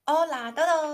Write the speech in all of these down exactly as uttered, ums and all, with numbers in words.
Hola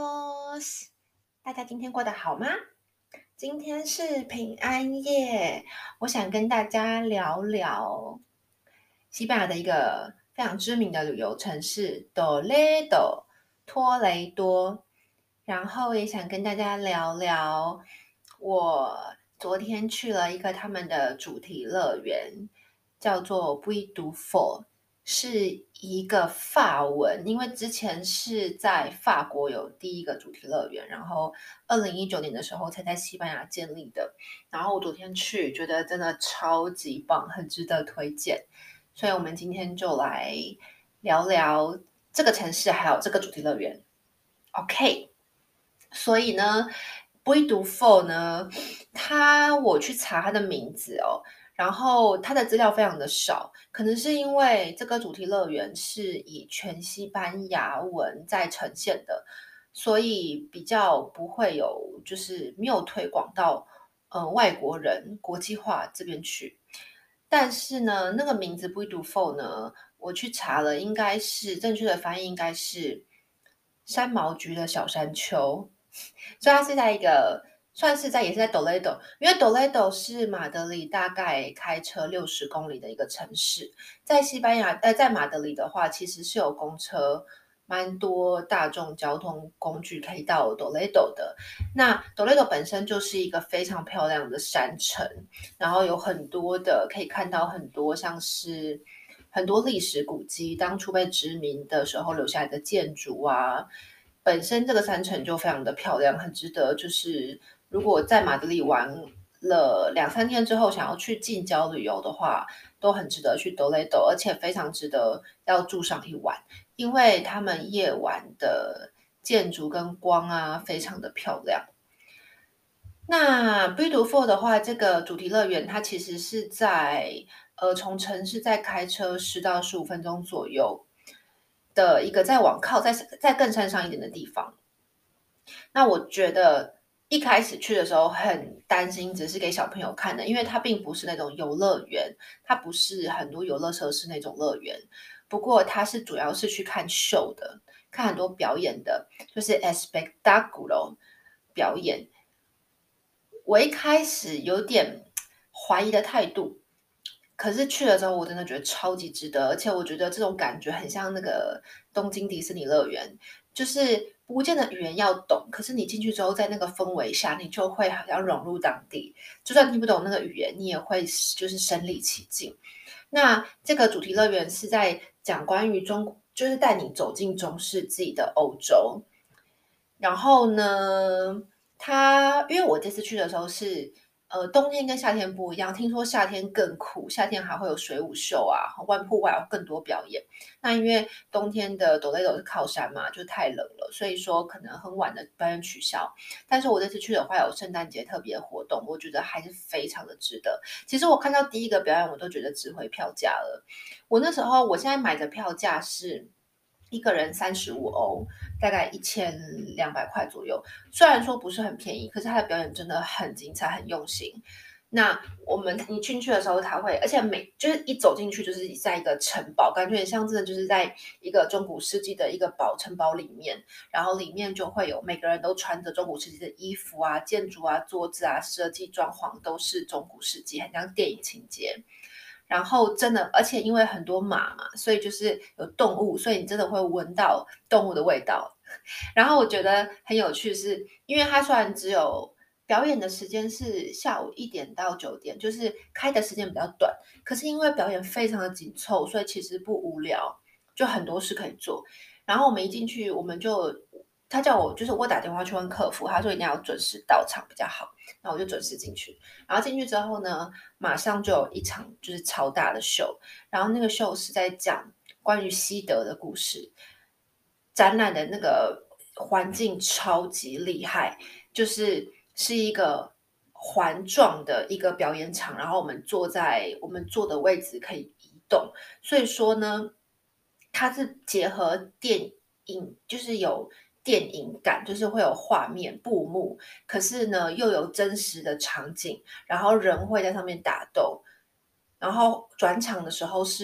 todos，大家今天过得好吗？今天是平安夜，我想跟大家聊聊西班牙的一个非常知名的旅游城市 Toledo 托雷多，然后也想跟大家聊聊我昨天去了一个他们的主题乐园，叫做 b u i d u f o 是一个法文，因为之前是在法国有第一个主题乐园，然后二零一九年的时候才在西班牙建立的。然后我昨天去，觉得真的超级棒，很值得推荐。所以我们今天就来聊聊这个城市，还有这个主题乐园。OK，所以呢 b u i d u f o 呢，它我去查它的名字哦，然后它的资料非常的少，可能是因为这个主题乐园是以全西班牙文在呈现的，所以比较不会有，就是没有推广到呃外国人国际化这边去。但是呢，那个名字 b u i d u f o 呢，我去查了，应该是正确的翻译应该是山毛菊的小山丘。所以它是在一个算是在也是在 Toledo，因为 Toledo 是马德里大概开车六十公里的一个城市，在西班牙呃在马德里的话，其实是有公车。蛮多大众交通工具可以到 Toledo 的。那 Toledo 本身就是一个非常漂亮的山城，然后有很多的可以看到很多像是很多历史古迹，当初被殖民的时候留下来的建筑啊，本身这个山城就非常的漂亮，很值得。就是如果在马德里玩了两三天之后，想要去近郊旅游的话，都很值得去 Toledo，而且非常值得要住上一晚，因为他们夜晚的建筑跟光啊，非常的漂亮。那 b e a u t i f u l 的话，这个主题乐园它其实是在呃从城市在开车十到十五分钟左右的一个再往靠在在更山上一点的地方。那我觉得一开始去的时候很担心，只是给小朋友看的，因为它并不是那种游乐园，它不是很多游乐设施那种乐园。不过它是主要是去看秀的，看很多表演的，就是 espectacular 表演。我一开始有点怀疑的态度，可是去了之后，我真的觉得超级值得，而且我觉得这种感觉很像那个东京迪士尼乐园，就是不见得语言要懂，可是你进去之后，在那个氛围下，你就会好像融入当地，就算听不懂那个语言，你也会就是身临其境。那这个主题乐园是在讲关于中，就是带你走进中世纪的欧洲，然后呢，它因为我这次去的时候是，呃，冬天跟夏天不一样，听说夏天更酷，夏天还会有水舞秀啊，万户外有更多表演。那因为冬天的 d o l e d o 是靠山嘛，就太冷了，所以说可能很晚的表演取消。但是我这次去的话有圣诞节特别活动，我觉得还是非常的值得。其实我看到第一个表演，我都觉得值回票价了。我那时候，我现在买的票价是一个人三十五欧，大概一千两百块左右。虽然说不是很便宜，可是他的表演真的很精彩，很用心。那我们你进去的时候，他会，而且每就是一走进去就是在一个城堡，感觉很像真的就是在一个中古世纪的一个堡城堡里面，然后里面就会有每个人都穿着中古世纪的衣服啊、建筑啊、桌子啊、设计装潢都是中古世纪，很像电影情节。然后真的，而且因为很多马嘛，所以就是有动物，所以你真的会闻到动物的味道。然后我觉得很有趣是，因为它虽然只有表演的时间是下午一点到九点，就是开的时间比较短，可是因为表演非常的紧凑，所以其实不无聊，就很多事可以做。然后我们一进去，我们就他叫我就是我打电话去问客服，他说一定要准时到场比较好，那我就准时进去。然后进去之后呢，马上就有一场就是超大的秀，然后那个秀是在讲关于西德的故事，展览的那个环境超级厉害，就是是一个环状的一个表演场，然后我们坐在我们坐的位置可以移动，所以说呢，它是结合电影，就是有电影感，就是会有画面布幕，可是呢又有真实的场景，然后人会在上面打斗，然后转场的时候是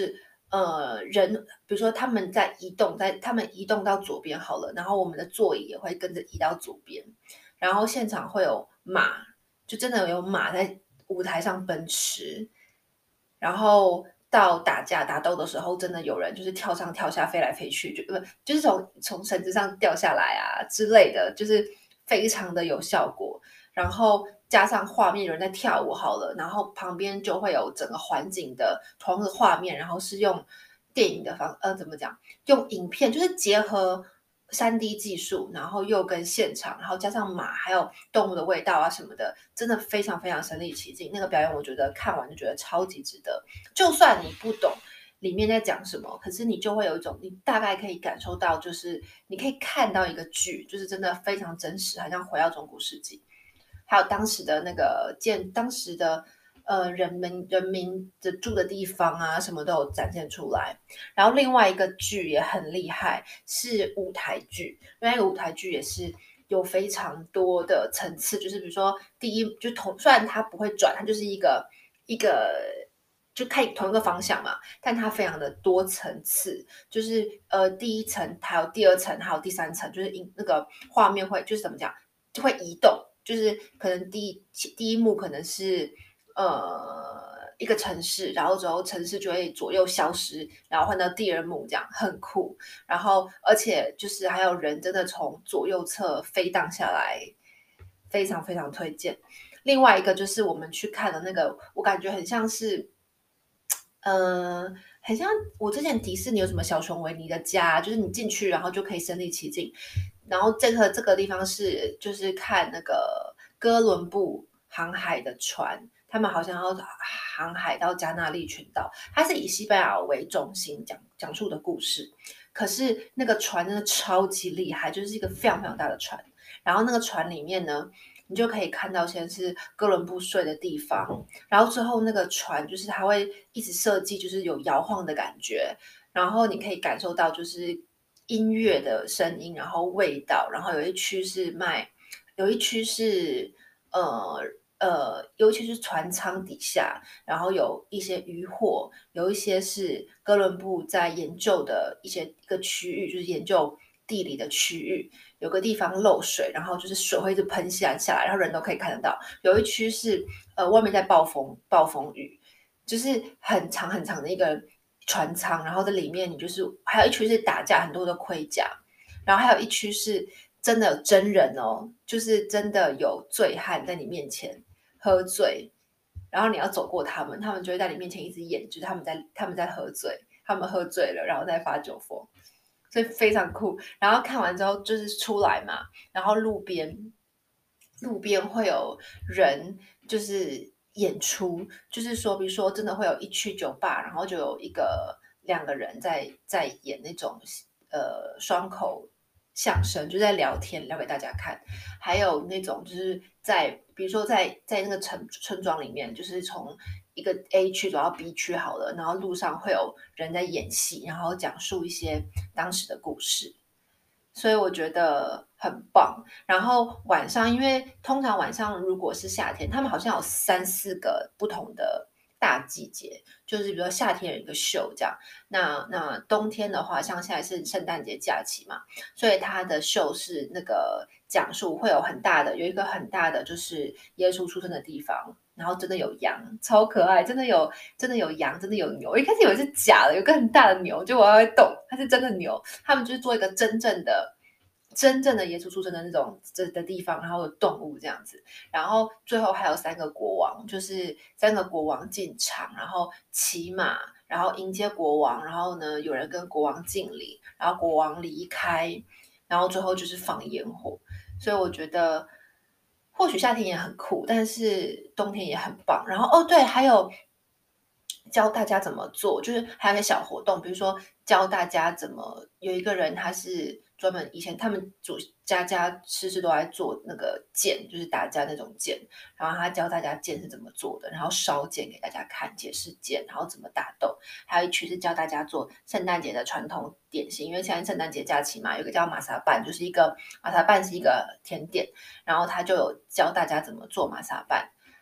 呃人，比如说他们在移动，在他们移动到左边好了，然后我们的座椅也会跟着移到左边，然后现场会有马，就真的有马在舞台上奔驰，然后到打架打斗的时候，真的有人就是跳上跳下、飞来飞去，就不就是从从绳子上掉下来啊之类的，就是非常的有效果。然后加上画面有人在跳舞好了，然后旁边就会有整个环境的同一个画面，然后是用电影的方呃怎么讲，用影片就是结合三 D 技术，然后又跟现场，然后加上马还有动物的味道啊什么的，真的非常非常身临其境。那个表演我觉得看完就觉得超级值得，就算你不懂里面在讲什么，可是你就会有一种你大概可以感受到，就是你可以看到一个剧，就是真的非常真实，好像回到中古世纪。还有当时的那个建，当时的呃人们人民的住的地方啊，什么都有展现出来。然后另外一个剧也很厉害，是舞台剧，另外一个舞台剧也是有非常多的层次，就是比如说第一，就同虽然它不会转，它就是一个一个。就看同一个方向嘛，但它非常的多层次，就是呃第一层，还有第二层，还有第三层，就是那个画面会就是怎么讲，就会移动，就是可能第一第一幕可能是呃一个城市，然后之后城市就会左右消失，然后换到第二幕，这样很酷。然后而且就是还有人真的从左右侧飞荡下来，非常非常推荐。另外一个就是我们去看的那个，我感觉很像是。呃，很像我之前迪士尼有什么小熊维尼的家，就是你进去然后就可以身临其境。然后这个这个地方是就是看那个哥伦布航海的船，他们好像要航海到加那利群岛，它是以西班牙为中心讲讲述的故事。可是那个船真的超级厉害，就是一个非常非常大的船。然后那个船里面呢，你就可以看到先是哥伦布睡的地方，然后之后那个船就是它会一直设计，就是有摇晃的感觉，然后你可以感受到就是音乐的声音，然后味道，然后有一区是卖，有一区是呃呃，尤其是船舱底下，然后有一些渔获，有一些是哥伦布在研究的一些一个区域，就是研究地理的区域。有个地方漏水，然后就是水会一直喷下下来，然后人都可以看得到。有一区是呃外面在暴风暴风雨，就是很长很长的一个船舱，然后在里面你就是还有一区是打架，很多的盔甲，然后还有一区是真的有真人哦，就是真的有醉汉在你面前喝醉，然后你要走过他们，他们就会在你面前一直演，就是他们在他们在喝醉，他们喝醉了，然后再发酒疯。所以非常酷。然后看完之后就是出来嘛，然后路边路边会有人就是演出，就是说，比如说真的会有一区酒吧，然后就有一个两个人在在演那种呃双口相声，就在聊天聊给大家看。还有那种就是在比如说在在那个村村庄里面，就是从一个 A 区走到 B 区好了，然后路上会有人在演戏，然后讲述一些当时的故事。所以我觉得很棒。然后晚上，因为通常晚上如果是夏天，他们好像有三四个不同的大季节，就是比如说夏天有一个秀这样，那那冬天的话，像现在是圣诞节假期嘛，所以它的秀是那个讲述会有很大的，有一个很大的就是耶稣出生的地方。然后真的有羊，超可爱，真的有真的有羊，真的有牛。我一开始以为是假的，有个很大的牛，结果它会动，它是真的牛。他们就是做一个真正的、真正的耶稣出生的那种这的地方，然后有动物这样子。然后最后还有三个国王，就是三个国王进场，然后骑马，然后迎接国王，然后呢有人跟国王敬礼，然后国王离开，然后最后就是放烟火。所以我觉得。或许夏天也很酷，但是冬天也很棒。然后哦，对，还有教大家怎么做，就是还有一些小活动，比如说教大家怎么有一个人他是专门以前他们主家家事事都在做那个剑，就是打架那种剑，然后他教大家剑是怎么做的，然后烧剑给大家看，解释剑，然后怎么打斗。还有一区是教大家做圣诞节的传统点心，因为现在圣诞节假期嘛，有个叫马萨拌，就是一个马萨拌是一个甜点，然后他就有教大家怎么做马萨拌。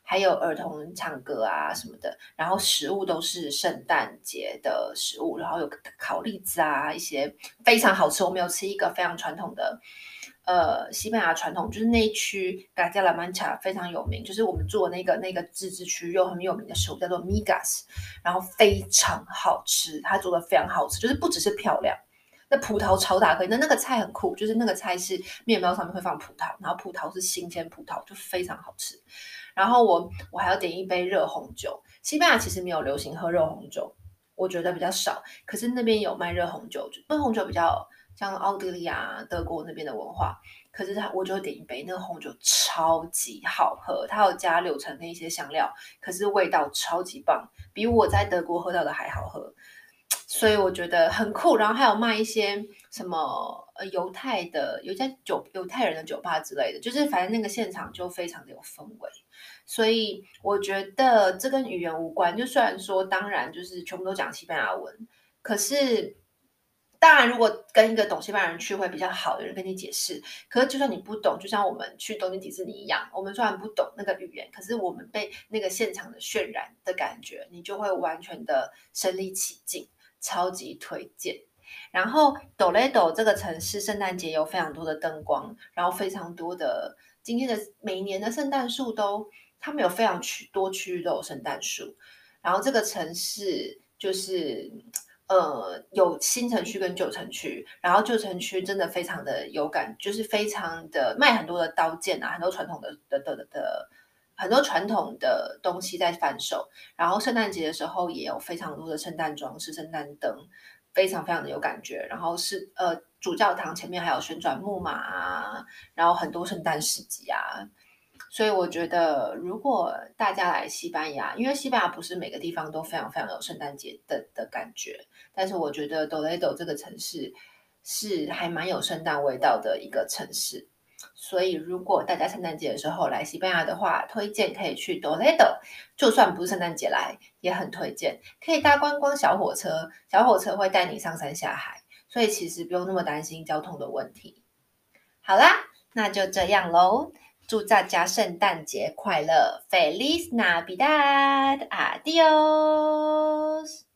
还有儿童唱歌啊什么的，然后食物都是圣诞节的食物，然后有烤栗子啊，一些非常好吃。我们有吃一个非常传统的。呃，西班牙传统就是那一区 g a d i a l a Mancha 非常有名，就是我们做的那个那个自治区有很有名的食物叫做 migas， 然后非常好吃，它做的非常好吃，就是不只是漂亮，那葡萄超大颗，那那个菜很酷，就是那个菜是面包上面会放葡萄，然后葡萄是新鲜葡萄，就非常好吃。然后我我还要点一杯热红酒，西班牙其实没有流行喝热红酒，我觉得比较少，可是那边有卖热红酒，热红酒比较像奥地利啊、德国那边的文化，可是它我就点一杯，那个红酒超级好喝，它有加柳橙跟一些香料，可是味道超级棒，比我在德国喝到的还好喝。所以我觉得很酷，然后还有卖一些什么呃犹太的，有一家酒犹太人的酒吧之类的，就是反正那个现场就非常的有氛围。所以我觉得这跟语言无关，就虽然说当然就是全部都讲西班牙文，可是当然如果跟一个懂西班牙人去会比较好的人跟你解释，可是就算你不懂，就像我们去东京迪士尼一样，我们虽然不懂那个语言，可是我们被那个现场的渲染的感觉，你就会完全的身临其境。超级推荐。然后斗雷斗这个城市圣诞节有非常多的灯光，然后非常多的今天的每年的圣诞树都，他们有非常区多区域都有圣诞树。然后这个城市就是呃有新城区跟旧城区，然后旧城区真的非常的有感，就是非常的卖很多的刀剑啊，很多传统的的的的。很多传统的东西在贩售，然后圣诞节的时候也有非常多的圣诞装饰、圣诞灯，非常非常的有感觉。然后是呃主教堂前面还有旋转木马啊，然后很多圣诞市集啊。所以我觉得，如果大家来西班牙，因为西班牙不是每个地方都非常非常有圣诞节的的感觉，但是我觉得 Toledo 这个城市是还蛮有圣诞味道的一个城市。所以，如果大家圣诞节的时候来西班牙的话，推荐可以去 Toledo，就算不是圣诞节来，也很推荐。可以搭观光小火车，小火车会带你上山下海，所以其实不用那么担心交通的问题。好啦，那就这样喽，祝大家圣诞节快乐，Feliz Navidad，Adios。